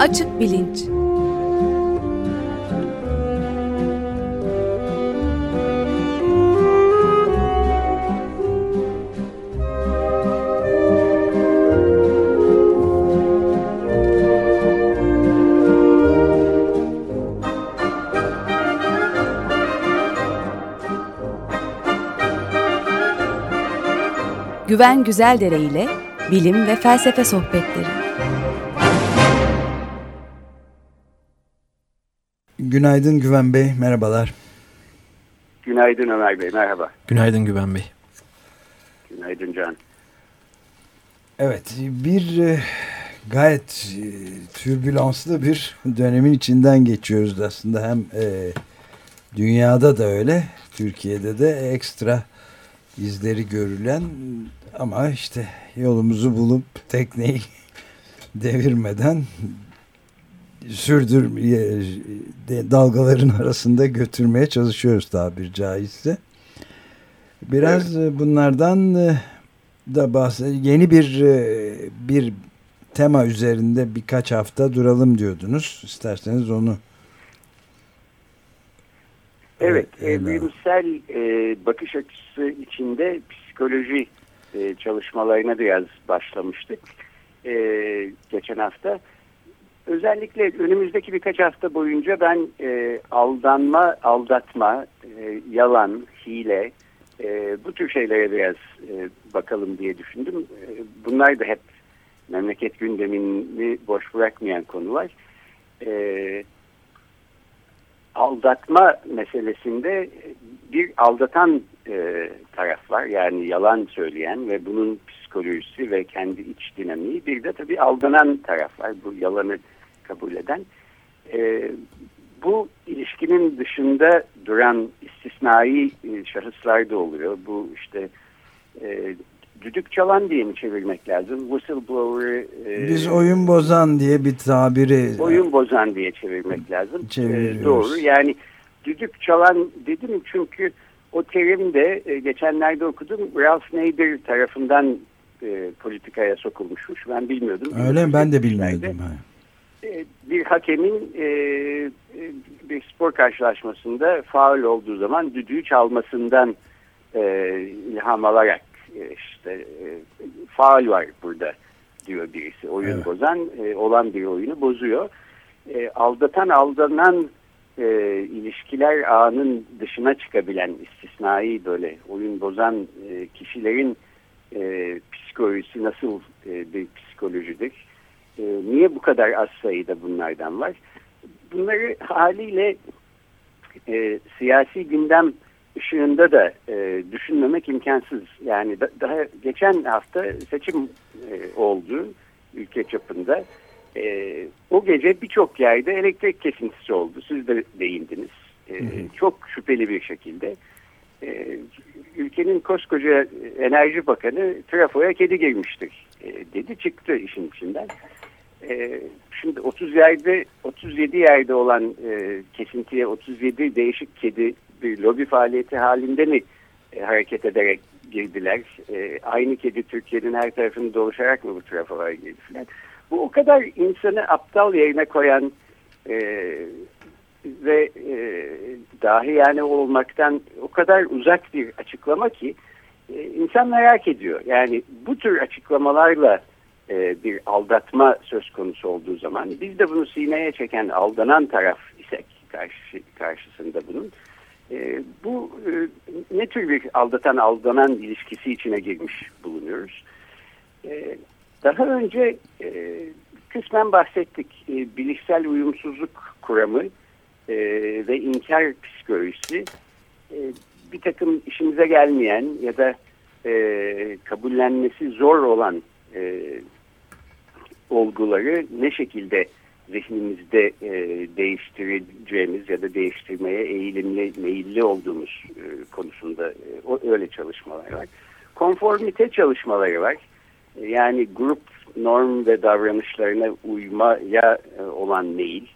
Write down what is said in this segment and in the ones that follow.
Açık bilinç. Güven Güzeldere ile bilim ve felsefe sohbetleri. Günaydın Güven Bey, merhabalar. Günaydın Ömer Bey, merhaba. Günaydın Güven Bey. Günaydın Can. Evet, bir gayet türbülanslı bir dönemin içinden geçiyoruz aslında. Hem dünyada da öyle, Türkiye'de de ekstra izleri görülen ama işte yolumuzu bulup tekneyi devirmeden dalgaların arasında götürmeye çalışıyoruz tabiri caizse. Biraz bunlardan da yeni bir tema üzerinde birkaç hafta duralım diyordunuz. İsterseniz onu. Evet, bilimsel bakış açısı içinde psikoloji çalışmalarına biraz başlamıştık geçen hafta. Özellikle önümüzdeki birkaç hafta boyunca ben aldanma, aldatma, yalan, hile, bu tür şeylere biraz bakalım diye düşündüm. Bunlar da hep memleket gündemini boş bırakmayan konular. Aldatma meselesinde bir aldatan taraf var. Yani yalan söyleyen ve bunun psikolojisi ve kendi iç dinamiği. Bir de tabii aldanan taraf var. Bu yalanı kabul eden. Bu ilişkinin dışında duran istisnai şahıslar da oluyor. Bu işte düdük çalan diye mi çevirmek lazım? Whistleblower. Biz oyun bozan diye bir tabiri. Oyun bozan diye çevirmek lazım. Doğru. Yani düdük çalan dedim çünkü o terim de geçenlerde okudum. Ralph Nader tarafından politikaya sokulmuşmuş. Ben bilmiyordum. Öyle mi? Ben de bilmiyordum. Bir hakemin bir spor karşılaşmasında faul olduğu zaman düdüğü çalmasından ilham alarak işte faul var burada diyor birisi. Oyun bozan olan bir oyunu bozuyor. Aldatan aldanan ilişkiler ağının dışına çıkabilen istisnai böyle oyun bozan kişilerin psikolojisi nasıl bir psikolojidir? Niye bu kadar az sayıda bunlardan var? Bunları haliyle siyasi gündem ışığında da düşünmemek imkansız. Yani daha geçen hafta seçim oldu ülke çapında. O gece birçok yerde elektrik kesintisi oldu. Siz de değindiniz. Çok şüpheli bir şekilde. Ülkenin koskoca Enerji Bakanı trafoya kedi girmiştir dedi, çıktı işin içinden. Şimdi 37 yerde olan kesintiye 37 değişik kedi bir lobi faaliyeti halinde mi hareket ederek girdiler? Aynı kedi Türkiye'nin her tarafını dolaşarak mı bu trafoya girdi falan? Bu o kadar insanı aptal yerine koyan ve dahi yani olmaktan o kadar uzak bir açıklama ki insan merak ediyor. Yani bu tür açıklamalarla bir aldatma söz konusu olduğu zaman biz de bunu sineye çeken aldanan taraf isek karşısında bunun bu ne tür bir aldatan aldanan ilişkisi içine girmiş bulunuyoruz. Daha önce kısmen bahsettik. Bilişsel uyumsuzluk kuramı ve inkar psikolojisi bir takım işimize gelmeyen ya da kabullenmesi zor olan olguları ne şekilde zihnimizde değiştireceğimiz ya da değiştirmeye meyilli olduğumuz konusunda öyle çalışmalar var. Konformite çalışmaları var. Yani grup norm ve davranışlarına uymaya olan meyil,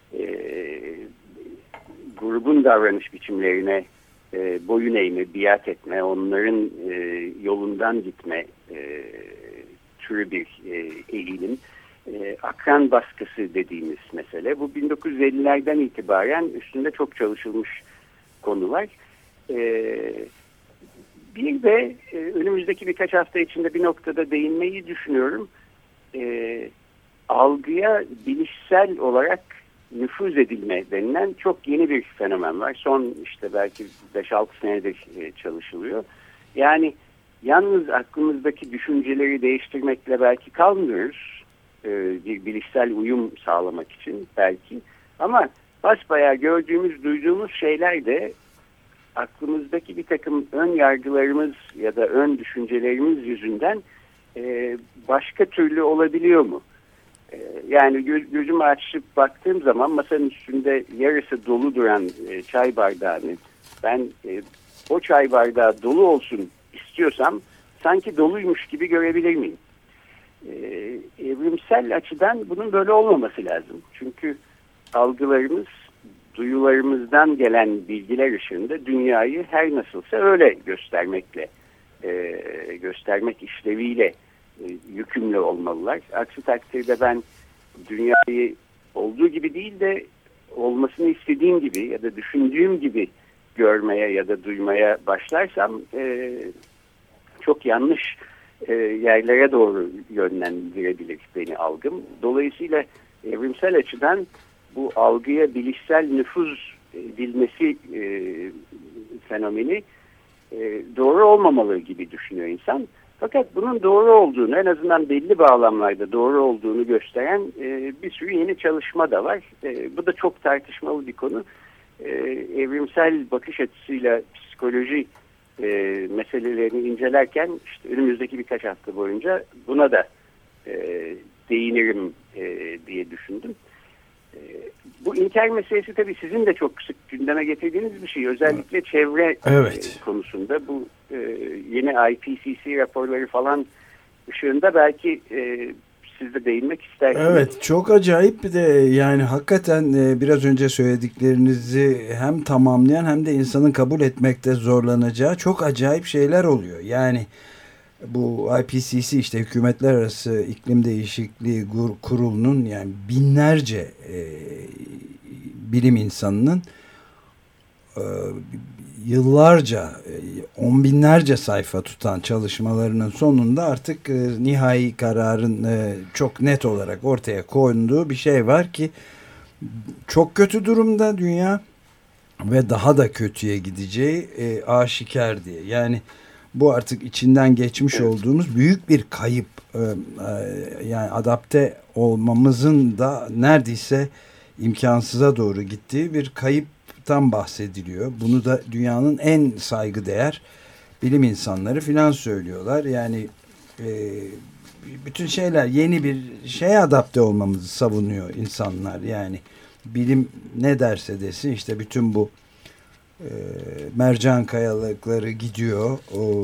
grubun davranış biçimlerine boyun eğme, biat etme, onların yolundan gitme türü bir eğilim. akran baskısı dediğimiz mesele. Bu 1950'lerden itibaren üstünde çok çalışılmış konular. Bir de önümüzdeki birkaç hafta içinde bir noktada değinmeyi düşünüyorum. Algıya bilişsel olarak nüfuz edilme denilen çok yeni bir fenomen var. Son işte belki 5-6 senedir çalışılıyor. Yani yalnız aklımızdaki düşünceleri değiştirmekle belki kalmıyoruz. Bir bilişsel uyum sağlamak için belki. Ama basbayağı gördüğümüz, duyduğumuz şeyler de aklımızdaki bir takım ön yargılarımız ya da ön düşüncelerimiz yüzünden başka türlü olabiliyor mu? Yani gözümü açıp baktığım zaman masanın üstünde yarısı dolu duran çay bardağını ben o çay bardağı dolu olsun istiyorsam sanki doluymuş gibi görebilir miyim? Evrimsel açıdan bunun böyle olmaması lazım. Çünkü algılarımız duyularımızdan gelen bilgiler ışığında dünyayı her nasılsa öyle göstermek işleviyle yükümlü olmalılar. Aksi takdirde ben dünyayı olduğu gibi değil de olmasını istediğim gibi ya da düşündüğüm gibi görmeye ya da duymaya başlarsam çok yanlış yerlere doğru yönlendirebilir beni algım. Dolayısıyla evrimsel açıdan bu algıya bilişsel nüfuz edilmesi fenomeni doğru olmamalı gibi düşünüyor insan. Fakat bunun doğru olduğunu, en azından belli bağlamlarda doğru olduğunu gösteren bir sürü yeni çalışma da var. Bu da çok tartışmalı bir konu. Evrimsel bakış açısıyla psikoloji meselelerini incelerken işte önümüzdeki birkaç hafta boyunca buna da değinirim diye düşündüm. Bu inkar meselesi tabii sizin de çok sık gündeme getirdiğiniz bir şey. Özellikle çevre konusunda bu yeni IPCC raporları falan ışığında belki siz de değinmek istersiniz. Evet, çok acayip bir de yani hakikaten biraz önce söylediklerinizi hem tamamlayan hem de insanın kabul etmekte zorlanacağı çok acayip şeyler oluyor. Yani bu IPCC işte Hükümetler Arası İklim Değişikliği Kurulu'nun yani binlerce bilim insanının yıllarca on binlerce sayfa tutan çalışmalarının sonunda artık nihai kararın çok net olarak ortaya konduğu bir şey var ki çok kötü durumda dünya ve daha da kötüye gideceği aşikar diye. Yani bu artık içinden geçmiş olduğumuz büyük bir kayıp. Yani adapte olmamızın da neredeyse imkansıza doğru gittiği bir kayıptan bahsediliyor. Bunu da dünyanın en saygıdeğer bilim insanları filan söylüyorlar. Yani bütün şeyler yeni bir şeye adapte olmamızı savunuyor insanlar. Yani bilim ne derse desin işte bütün bu mercan kayalıkları gidiyor.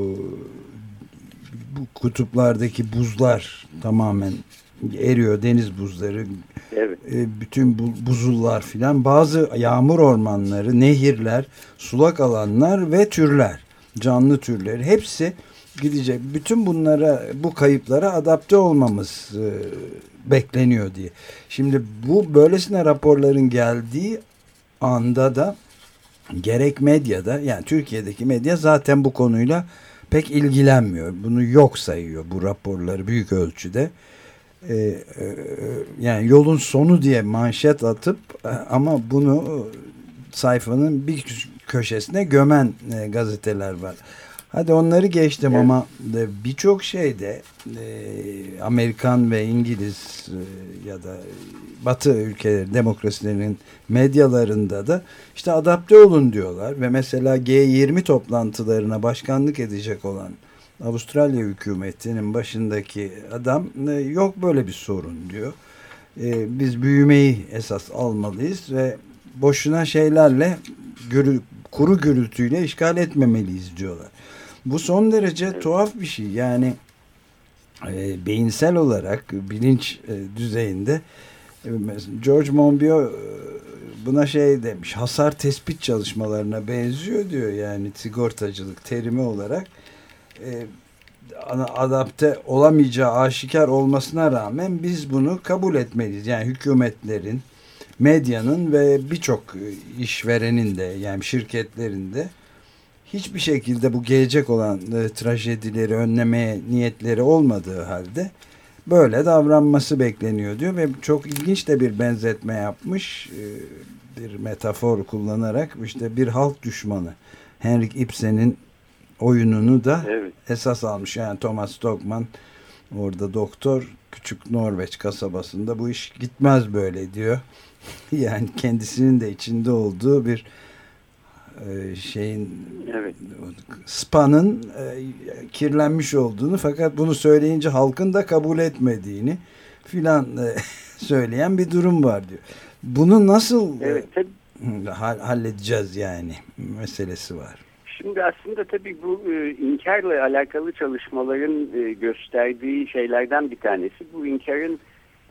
Bu kutuplardaki buzlar tamamen eriyor. Deniz buzları. Evet. Bütün buzullar filan. Bazı yağmur ormanları, nehirler, sulak alanlar ve türler. Canlı türleri. Hepsi gidecek. Bütün bunlara, bu kayıplara adapte olmamız bekleniyor diye. Şimdi bu böylesine raporların geldiği anda da gerek medyada yani Türkiye'deki medya zaten bu konuyla pek ilgilenmiyor. Bunu yok sayıyor bu raporları büyük ölçüde. Yani yolun sonu diye manşet atıp ama bunu sayfanın bir köşesine gömen gazeteler var. Hadi onları geçtim ama birçok şeyde Amerikan ve İngiliz ya da Batı ülkeleri demokrasilerinin medyalarında da işte adapte olun diyorlar ve mesela G20 toplantılarına başkanlık edecek olan Avustralya hükümetinin başındaki adam yok böyle bir sorun diyor. Biz büyümeyi esas almalıyız ve boşuna şeylerle kuru gürültüyle işgal etmemeliyiz diyorlar. Bu son derece tuhaf bir şey. Yani beyinsel olarak bilinç düzeyinde George Monbiot buna şey demiş, hasar tespit çalışmalarına benziyor diyor yani sigortacılık terimi olarak. adapte olamayacağı aşikar olmasına rağmen biz bunu kabul etmeliyiz. Yani hükümetlerin, medyanın ve birçok işverenin de, yani şirketlerin de hiçbir şekilde bu gelecek olan trajedileri önlemeye niyetleri olmadığı halde böyle davranması bekleniyor diyor ve çok ilginç de bir benzetme yapmış, bir metafor kullanarak, işte bir halk düşmanı Henrik Ibsen'in oyununu da esas almış. Yani Thomas Stockmann orada doktor, küçük Norveç kasabasında bu iş gitmez böyle diyor. Yani kendisinin de içinde olduğu bir şeyin, SPA'nın kirlenmiş olduğunu, fakat bunu söyleyince halkın da kabul etmediğini filan söyleyen bir durum var diyor. Bunu nasıl halledeceğiz yani meselesi var. Şimdi aslında tabii bu inkarla alakalı çalışmaların gösterdiği şeylerden bir tanesi, bu inkarın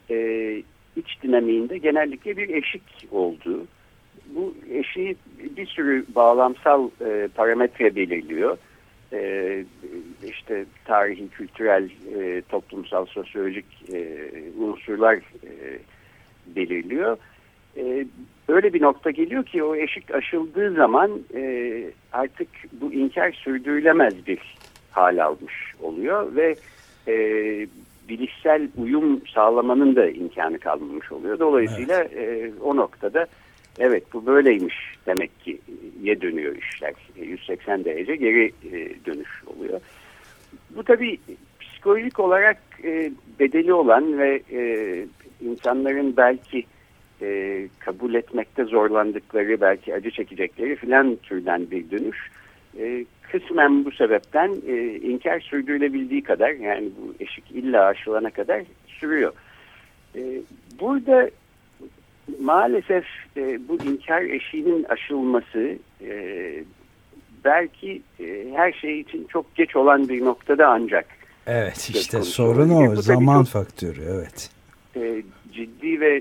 iç dinamiğinde genellikle bir eşik olduğu. Bu eşiği bir sürü bağlamsal parametre belirliyor. İşte tarihi, kültürel, toplumsal, sosyolojik unsurlar belirliyor. Öyle bir nokta geliyor ki o eşik aşıldığı zaman artık bu inkar sürdürülemez bir hal almış oluyor ve bilişsel uyum sağlamanın da imkanı kalmamış oluyor. Dolayısıyla o noktada evet bu böyleymiş demek ki dönüyor işler. 180 derece geri dönüş oluyor. Bu tabii psikolojik olarak bedeli olan ve insanların belki kabul etmekte zorlandıkları, belki acı çekecekleri filan türden bir dönüş. Kısmen bu sebepten inkar sürdürülebildiği kadar, yani bu eşik illa aşılana kadar sürüyor. Burada maalesef bu inkar eşiğinin aşılması belki her şey için çok geç olan bir noktada ancak. Evet, işte sorun o, zaman faktörü, evet. Ciddi ve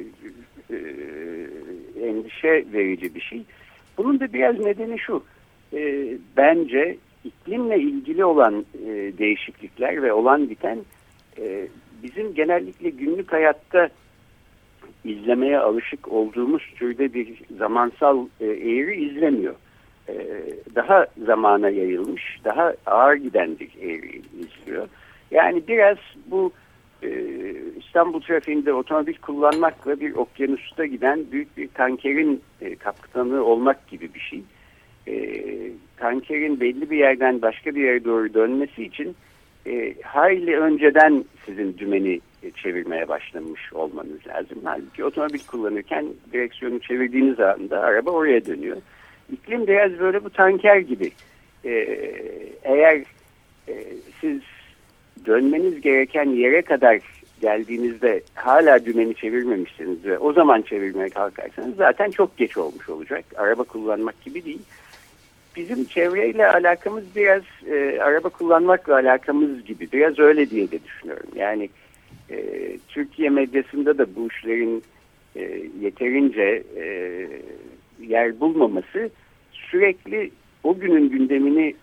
endişe verici bir şey. Bunun da biraz nedeni şu. Bence iklimle ilgili olan değişiklikler ve olan biten bizim genellikle günlük hayatta izlemeye alışık olduğumuz türde bir zamansal eğri izlemiyor. Daha zamana yayılmış, daha ağır giden bir eğri izliyor. Yani biraz bu İstanbul trafiğinde otomobil kullanmakla bir okyanusta giden büyük bir tankerin kaptanı olmak gibi bir şey. Tankerin belli bir yerden başka bir yere doğru dönmesi için hayli önceden sizin dümeni çevirmeye başlamış olmanız lazım. Halbuki otomobil kullanırken direksiyonu çevirdiğiniz anda araba oraya dönüyor. İklim biraz böyle bu tanker gibi. Eğer siz dönmeniz gereken yere kadar geldiğinizde hala dümeni çevirmemişsiniz ve o zaman çevirmeye kalkarsanız zaten çok geç olmuş olacak. Araba kullanmak gibi değil. Bizim çevreyle alakamız biraz araba kullanmakla alakamız gibi. Biraz öyle diye de düşünüyorum. Yani Türkiye medyasında da bu işlerin yeterince yer bulmaması sürekli o günün gündemini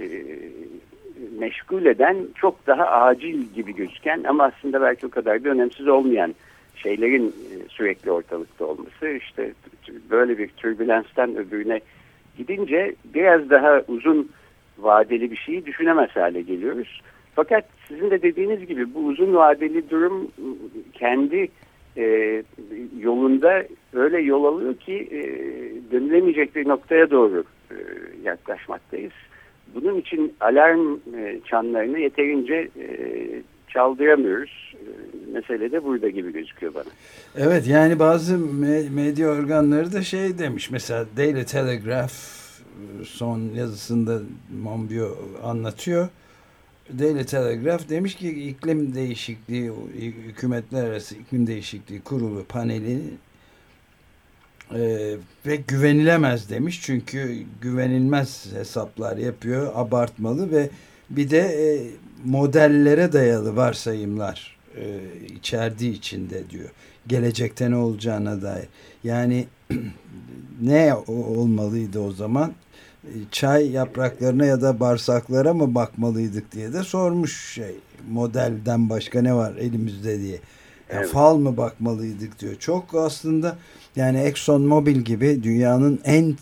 meşgul eden, çok daha acil gibi gözüken ama aslında belki o kadar da önemsiz olmayan şeylerin sürekli ortalıkta olması, işte böyle bir türbülansten öbürüne gidince biraz daha uzun vadeli bir şeyi düşünemez hale geliyoruz. Fakat sizin de dediğiniz gibi bu uzun vadeli durum kendi yolunda öyle yol alıyor ki dönülemeyecek bir noktaya doğru yaklaşmaktayız. Bunun için alarm çanlarını yeterince çaldıramıyoruz. Mesele de burada gibi gözüküyor bana. Evet, yani bazı medya organları da şey demiş. Mesela Daily Telegraph son yazısında Monbiot anlatıyor. Daily Telegraph demiş ki iklim değişikliği, hükümetler arası iklim değişikliği kurulu paneli ve güvenilemez demiş. Çünkü güvenilmez hesaplar yapıyor, abartmalı ve bir de modellere dayalı varsayımlar içerdiği içinde diyor. Gelecekte ne olacağına dair. Yani ne olmalıydı o zaman? çay yapraklarına ya da bağırsaklara mı bakmalıydık diye de sormuş modelden başka ne var elimizde diye. Evet. Fal mı bakmalıydık diyor. Çok aslında yani Exxon Mobil gibi dünyanın en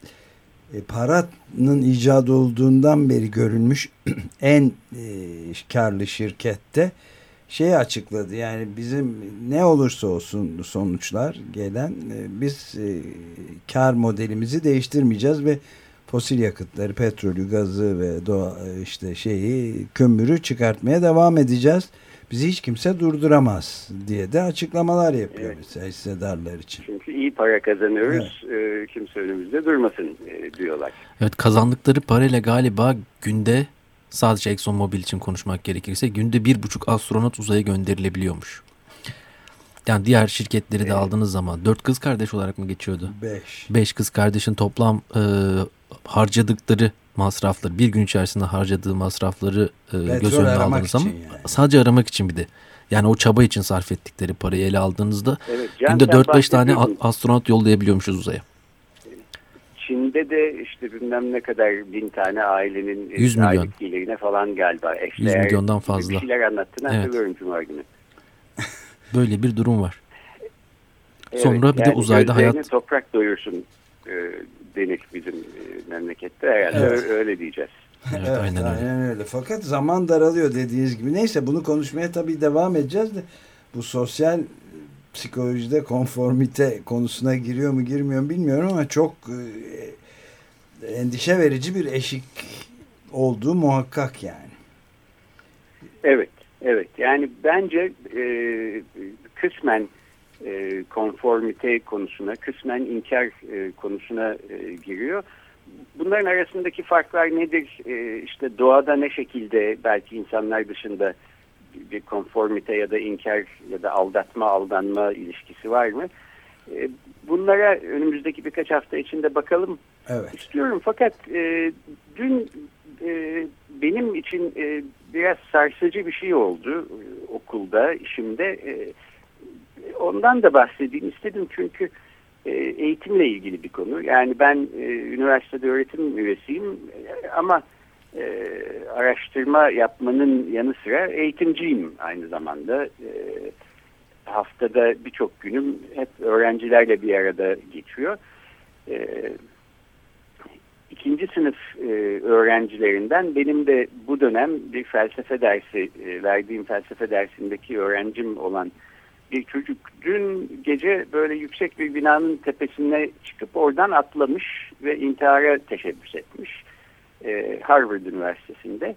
paranın icadı olduğundan beri görülmüş en karlı şirkette açıkladı. Yani bizim ne olursa olsun sonuçlar gelen biz kar modelimizi değiştirmeyeceğiz ve fosil yakıtları, petrolü, gazı ve kömürü çıkartmaya devam edeceğiz. Bizi hiç kimse durduramaz diye de açıklamalar yapıyor mesela hissedarlar için. Çünkü iyi para kazanıyoruz, kimse önümüzde durmasın diyorlar. Evet, kazandıkları parayla galiba günde, sadece ExxonMobil için konuşmak gerekirse, günde 1,5 astronot uzaya gönderilebiliyormuş. Yani diğer şirketleri de aldığınız zaman 4 kız kardeş olarak mı geçiyordu? 5 kız kardeşin toplam harcadıkları masrafları, bir gün içerisinde harcadığı masrafları göz önüne aldığınız zaman sadece aramak için bir de. Yani o çaba için sarf ettikleri parayı ele aldığınızda günde 4-5 tane astronot yollayabiliyormuşuz uzaya. Çin'de de işte bilmem ne kadar 1000 tane ailenin 100 milyon gelirine falan galiba. 100 milyondan fazla. Bir şeyler anlattığını hatırlıyorum Cuma günü. Böyle bir durum var. Sonra bir de uzayda hayat... Toprak doyursun denir bizim memlekette. Herhalde öyle diyeceğiz. Evet, aynen öyle. Fakat zaman daralıyor dediğiniz gibi. Neyse, bunu konuşmaya tabii devam edeceğiz de bu sosyal psikolojide konformite konusuna giriyor mu girmiyor mu bilmiyorum ama çok endişe verici bir eşik olduğu muhakkak yani. Evet. Yani bence kısmen konformite konusuna, kısmen inkar konusuna giriyor. Bunların arasındaki farklar nedir? İşte doğada ne şekilde belki insanlar dışında bir konformite ya da inkar ya da aldanma ilişkisi var mı? Bunlara önümüzdeki birkaç hafta içinde bakalım istiyorum. Fakat dün benim için biraz sarsıcı bir şey oldu okulda, işimde. Ondan da bahsedeyim istedim çünkü eğitimle ilgili bir konu. Yani ben üniversitede öğretim üyesiyim ama araştırma yapmanın yanı sıra eğitimciyim aynı zamanda. Haftada birçok günüm hep öğrencilerle bir arada geçiyor. İkinci sınıf öğrencilerinden benim de bu dönem bir felsefe dersi, verdiğim felsefe dersindeki öğrencim olan bir çocuk dün gece böyle yüksek bir binanın tepesine çıkıp oradan atlamış ve intihara teşebbüs etmiş. Harvard Üniversitesi'nde.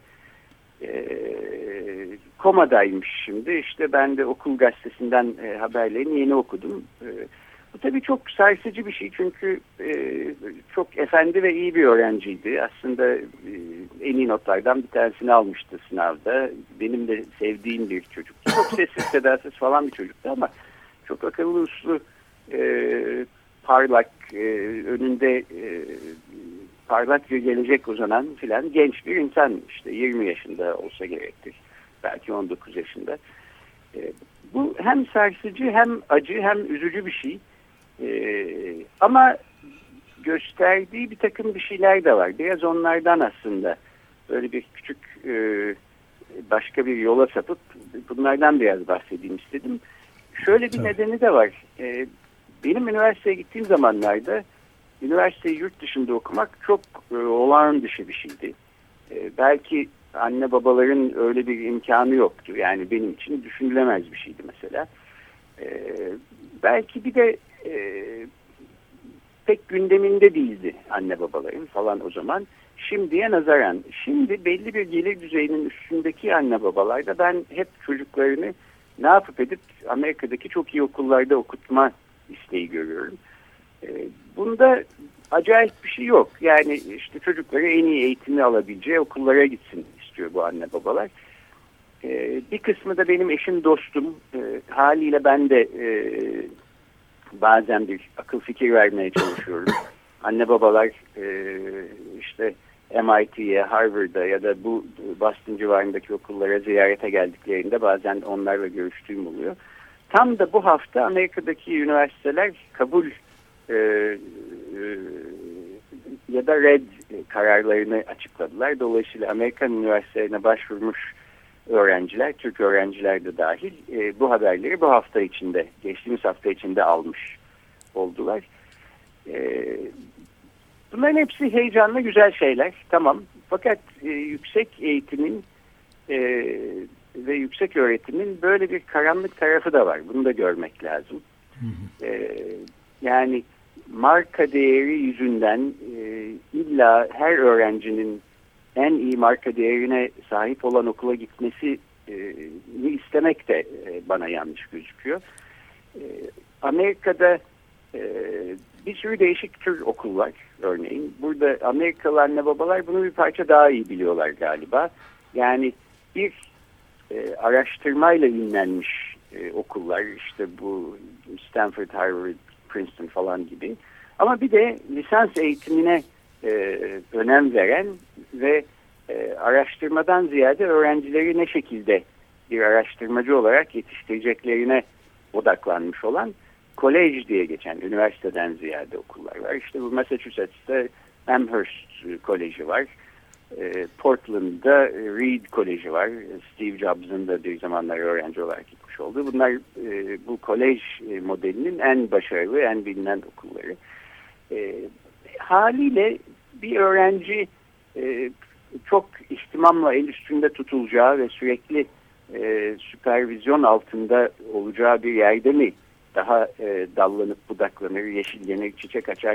Komadaymış şimdi. İşte ben de okul gazetesinden haberlerini yeni okudum. Bu tabii çok sarsıcı bir şey çünkü çok efendi ve iyi bir öğrenciydi. Aslında en iyi notlardan bir tanesini almıştı sınavda. Benim de sevdiğim bir çocuktu. Çok sessiz sedasız falan bir çocuktu ama çok akıllı uslu, parlak, önünde parlak bir gelecek uzanan filan genç bir insan, işte 20 yaşında olsa gerektir. Belki 19 yaşında. Bu hem sarsıcı hem acı hem üzücü bir şey. Ama gösterdiği bir takım bir şeyler de var. Biraz onlardan aslında böyle bir küçük başka bir yola sapıp bunlardan biraz bahsedeyim istedim. Şöyle bir nedeni de var. Benim üniversiteye gittiğim zamanlarda üniversiteyi yurt dışında okumak çok olağan dışı bir şeydi. Belki anne babaların öyle bir imkanı yoktu. Yani benim için düşünülemez bir şeydi mesela. Belki bir de pek gündeminde değildi anne babaların falan o zaman. Şimdiye nazaran, şimdi belli bir gelir düzeyinin üstündeki anne babalarda ben hep çocuklarını ne yapıp edip Amerika'daki çok iyi okullarda okutma isteği görüyorum. Bunda acayip bir şey yok. Yani işte çocukları en iyi eğitimi alabileceği okullara gitsin istiyor bu anne babalar. Bir kısmı da benim eşim, dostum. Haliyle ben de bazen bir akıl fikir vermeye çalışıyorum. Anne babalar işte MIT'ye, Harvard'a ya da bu Boston civarındaki okullara ziyarete geldiklerinde bazen onlarla görüştüğüm oluyor. Tam da bu hafta Amerika'daki üniversiteler kabul ya da red kararlarını açıkladılar. Dolayısıyla Amerikan üniversitelerine başvurmuş öğrenciler, Türk öğrenciler de dahil bu haberleri bu hafta içinde, geçtiğimiz hafta içinde almış oldular. Bunların hepsi heyecanlı, güzel şeyler. Tamam. Fakat yüksek eğitimin ve yüksek öğretimin böyle bir karanlık tarafı da var. Bunu da görmek lazım. Yani marka değeri yüzünden illa her öğrencinin en iyi marka değerine sahip olan okula gitmesini istemek de bana yanlış gözüküyor. Amerika'da bir sürü değişik tür okul var örneğin. Burada Amerikalı anne babalar bunu bir parça daha iyi biliyorlar galiba. Yani bir araştırmayla ünlenmiş okullar, işte bu Stanford, Harvard, Princeton falan gibi. Ama bir de lisans eğitimine önem veren ve araştırmadan ziyade öğrencileri ne şekilde bir araştırmacı olarak yetiştireceklerine odaklanmış olan kolej diye geçen, üniversiteden ziyade okullar var. İşte bu Massachusetts'te Amherst Koleji var. Portland'da Reed Koleji var. Steve Jobs'ın da bir zamanlar öğrenci olarak gitmiş olduğu. Bunlar bu kolej modelinin en başarılı, en bilinen okulları. Haliyle bir öğrenci çok ihtimamla el üstünde tutulacağı ve sürekli süpervizyon altında olacağı bir yerde mi daha dallanıp budaklanır, yeşillenir, çiçek açar,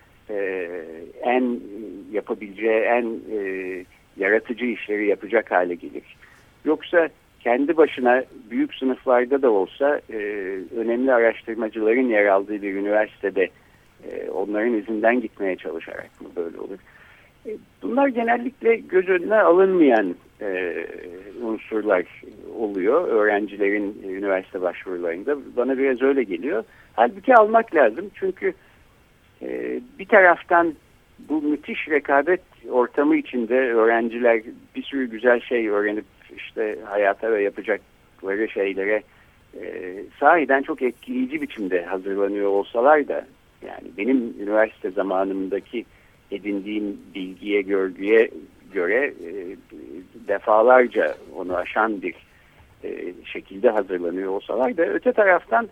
en yapabileceği, en yaratıcı işleri yapacak hale gelir. Yoksa kendi başına büyük sınıflarda da olsa önemli araştırmacıların yer aldığı bir üniversitede onların izinden gitmeye çalışarak mı böyle olur? Bunlar genellikle göz önüne alınmayan unsurlar oluyor öğrencilerin üniversite başvurularında. Bana biraz öyle geliyor. Halbuki almak lazım çünkü bir taraftan bu müthiş rekabet ortamı içinde öğrenciler bir sürü güzel şey öğrenip işte hayata ve yapacakları şeylere sahiden çok etkileyici biçimde hazırlanıyor olsalar da, yani benim üniversite zamanımdaki edindiğim bilgiye, görgüye göre defalarca onu aşan bir şekilde hazırlanıyor olsalar da öte taraftan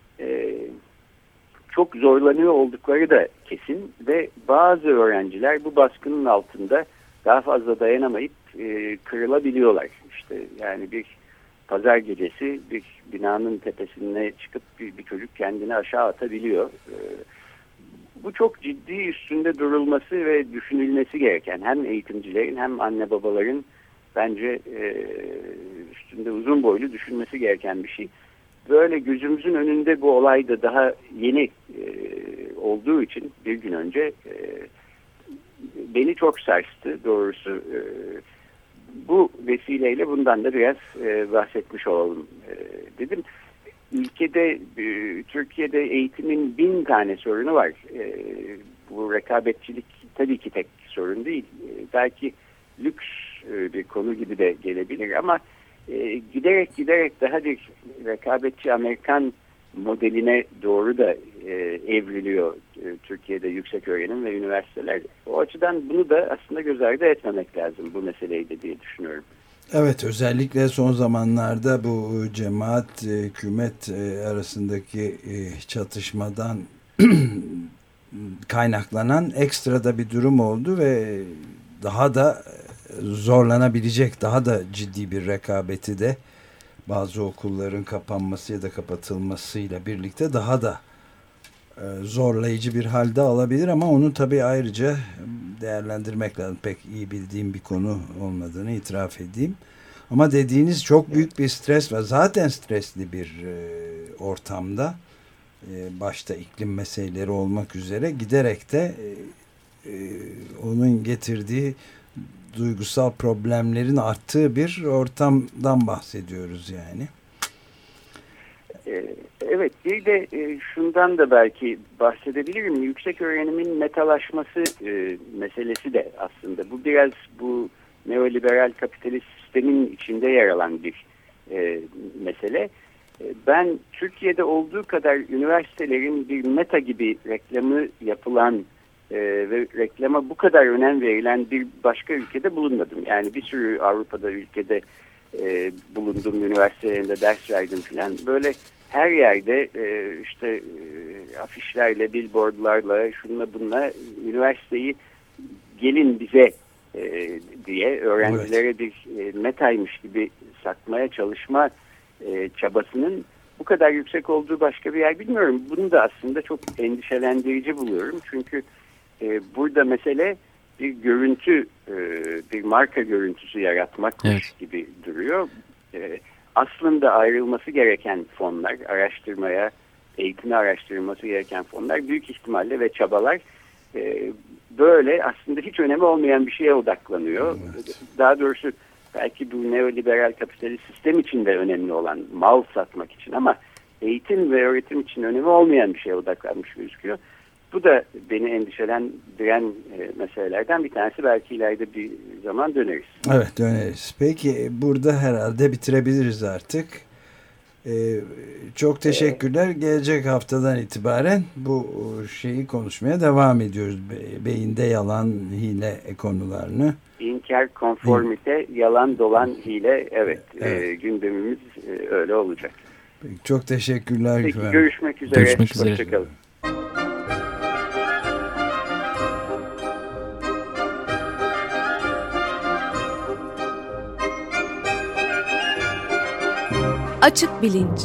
çok zorlanıyor oldukları da kesin ve bazı öğrenciler bu baskının altında daha fazla dayanamayıp kırılabiliyorlar. İşte yani bir pazar gecesi bir binanın tepesine çıkıp bir çocuk kendini aşağı atabiliyor. Bu çok ciddi üstünde durulması ve düşünülmesi gereken, hem eğitimcilerin hem anne babaların bence üstünde uzun boylu düşünmesi gereken bir şey. Böyle gözümüzün önünde bu olay da daha yeni olduğu için bir gün önce beni çok sarstı doğrusu. Bu vesileyle bundan da biraz bahsetmiş olalım dedim. Ülkede, Türkiye'de eğitimin 1000 tane sorunu var. Bu rekabetçilik tabii ki tek sorun değil. Belki lüks bir konu gibi de gelebilir ama giderek daha bir rekabetçi Amerikan modeline doğru da evriliyor Türkiye'de yüksek öğrenim ve üniversiteler. O açıdan bunu da aslında göz ardı etmemek lazım bu meseleyi de diye düşünüyorum. Evet, özellikle son zamanlarda bu cemaat, hükümet arasındaki çatışmadan kaynaklanan ekstra da bir durum oldu ve daha da zorlanabilecek, daha da ciddi bir rekabeti de bazı okulların kapanması ya da kapatılmasıyla birlikte daha da zorlayıcı bir halde alabilir ama onu tabii ayrıca değerlendirmek lazım. Pek iyi bildiğim bir konu olmadığını itiraf edeyim. Ama dediğiniz çok büyük bir stres var. Zaten stresli bir ortamda başta iklim meseleleri olmak üzere giderek de onun getirdiği duygusal problemlerin arttığı bir ortamdan bahsediyoruz yani. Evet, bir de şundan da belki bahsedebilirim. Yüksek öğrenimin metalaşması meselesi de aslında. Bu biraz bu neoliberal kapitalist sistemin içinde yer alan bir mesele. Ben Türkiye'de olduğu kadar üniversitelerin bir meta gibi reklamı yapılan ve reklama bu kadar önem verilen bir başka ülkede bulunmadım. Yani bir sürü Avrupa'da ülkede bulundum, üniversitelerinde ders verdim filan. Böyle her yerde afişlerle, billboardlarla, şununla bununla üniversiteyi gelin bize diye öğrencilere bir metaymış gibi satmaya çalışma çabasının bu kadar yüksek olduğu başka bir yer bilmiyorum. Bunu da aslında çok endişelendirici buluyorum. Çünkü burada mesele bir görüntü, bir marka görüntüsü yaratmakmış gibi duruyor. Aslında ayrılması gereken fonlar, araştırmaya, eğitime araştırılması gereken fonlar büyük ihtimalle ve çabalar böyle aslında hiç önemi olmayan bir şeye odaklanıyor. Evet. Daha doğrusu belki bu neoliberal kapitalist sistem için de önemli olan mal satmak için ama eğitim ve öğretim için önemi olmayan bir şeye odaklanmış gözüküyor. Bu da beni endişelendiren meselelerden bir tanesi. Belki ileride bir zaman döneriz. Evet, döneriz. Peki burada herhalde bitirebiliriz artık. Çok teşekkürler. Gelecek haftadan itibaren bu şeyi konuşmaya devam ediyoruz. Beyinde yalan, hile konularını. İnkar, konformite, yalan, dolan, hile. Evet. Gündemimiz öyle olacak. Peki, çok teşekkürler. Peki, görüşmek üzere. Görüşmek üzere. Hoşçakalın. Açık Bilinç.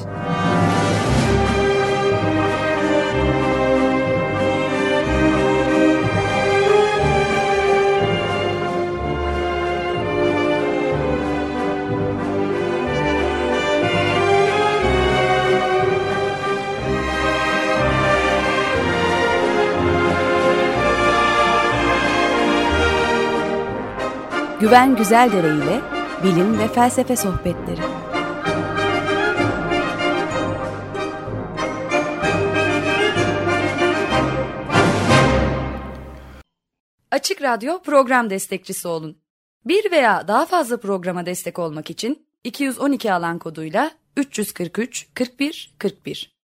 Güven Güzeldere ile bilim ve felsefe sohbetleri. Açık Radyo program destekçisi olun. Bir veya daha fazla programa destek olmak için 212 alan koduyla 343 41 41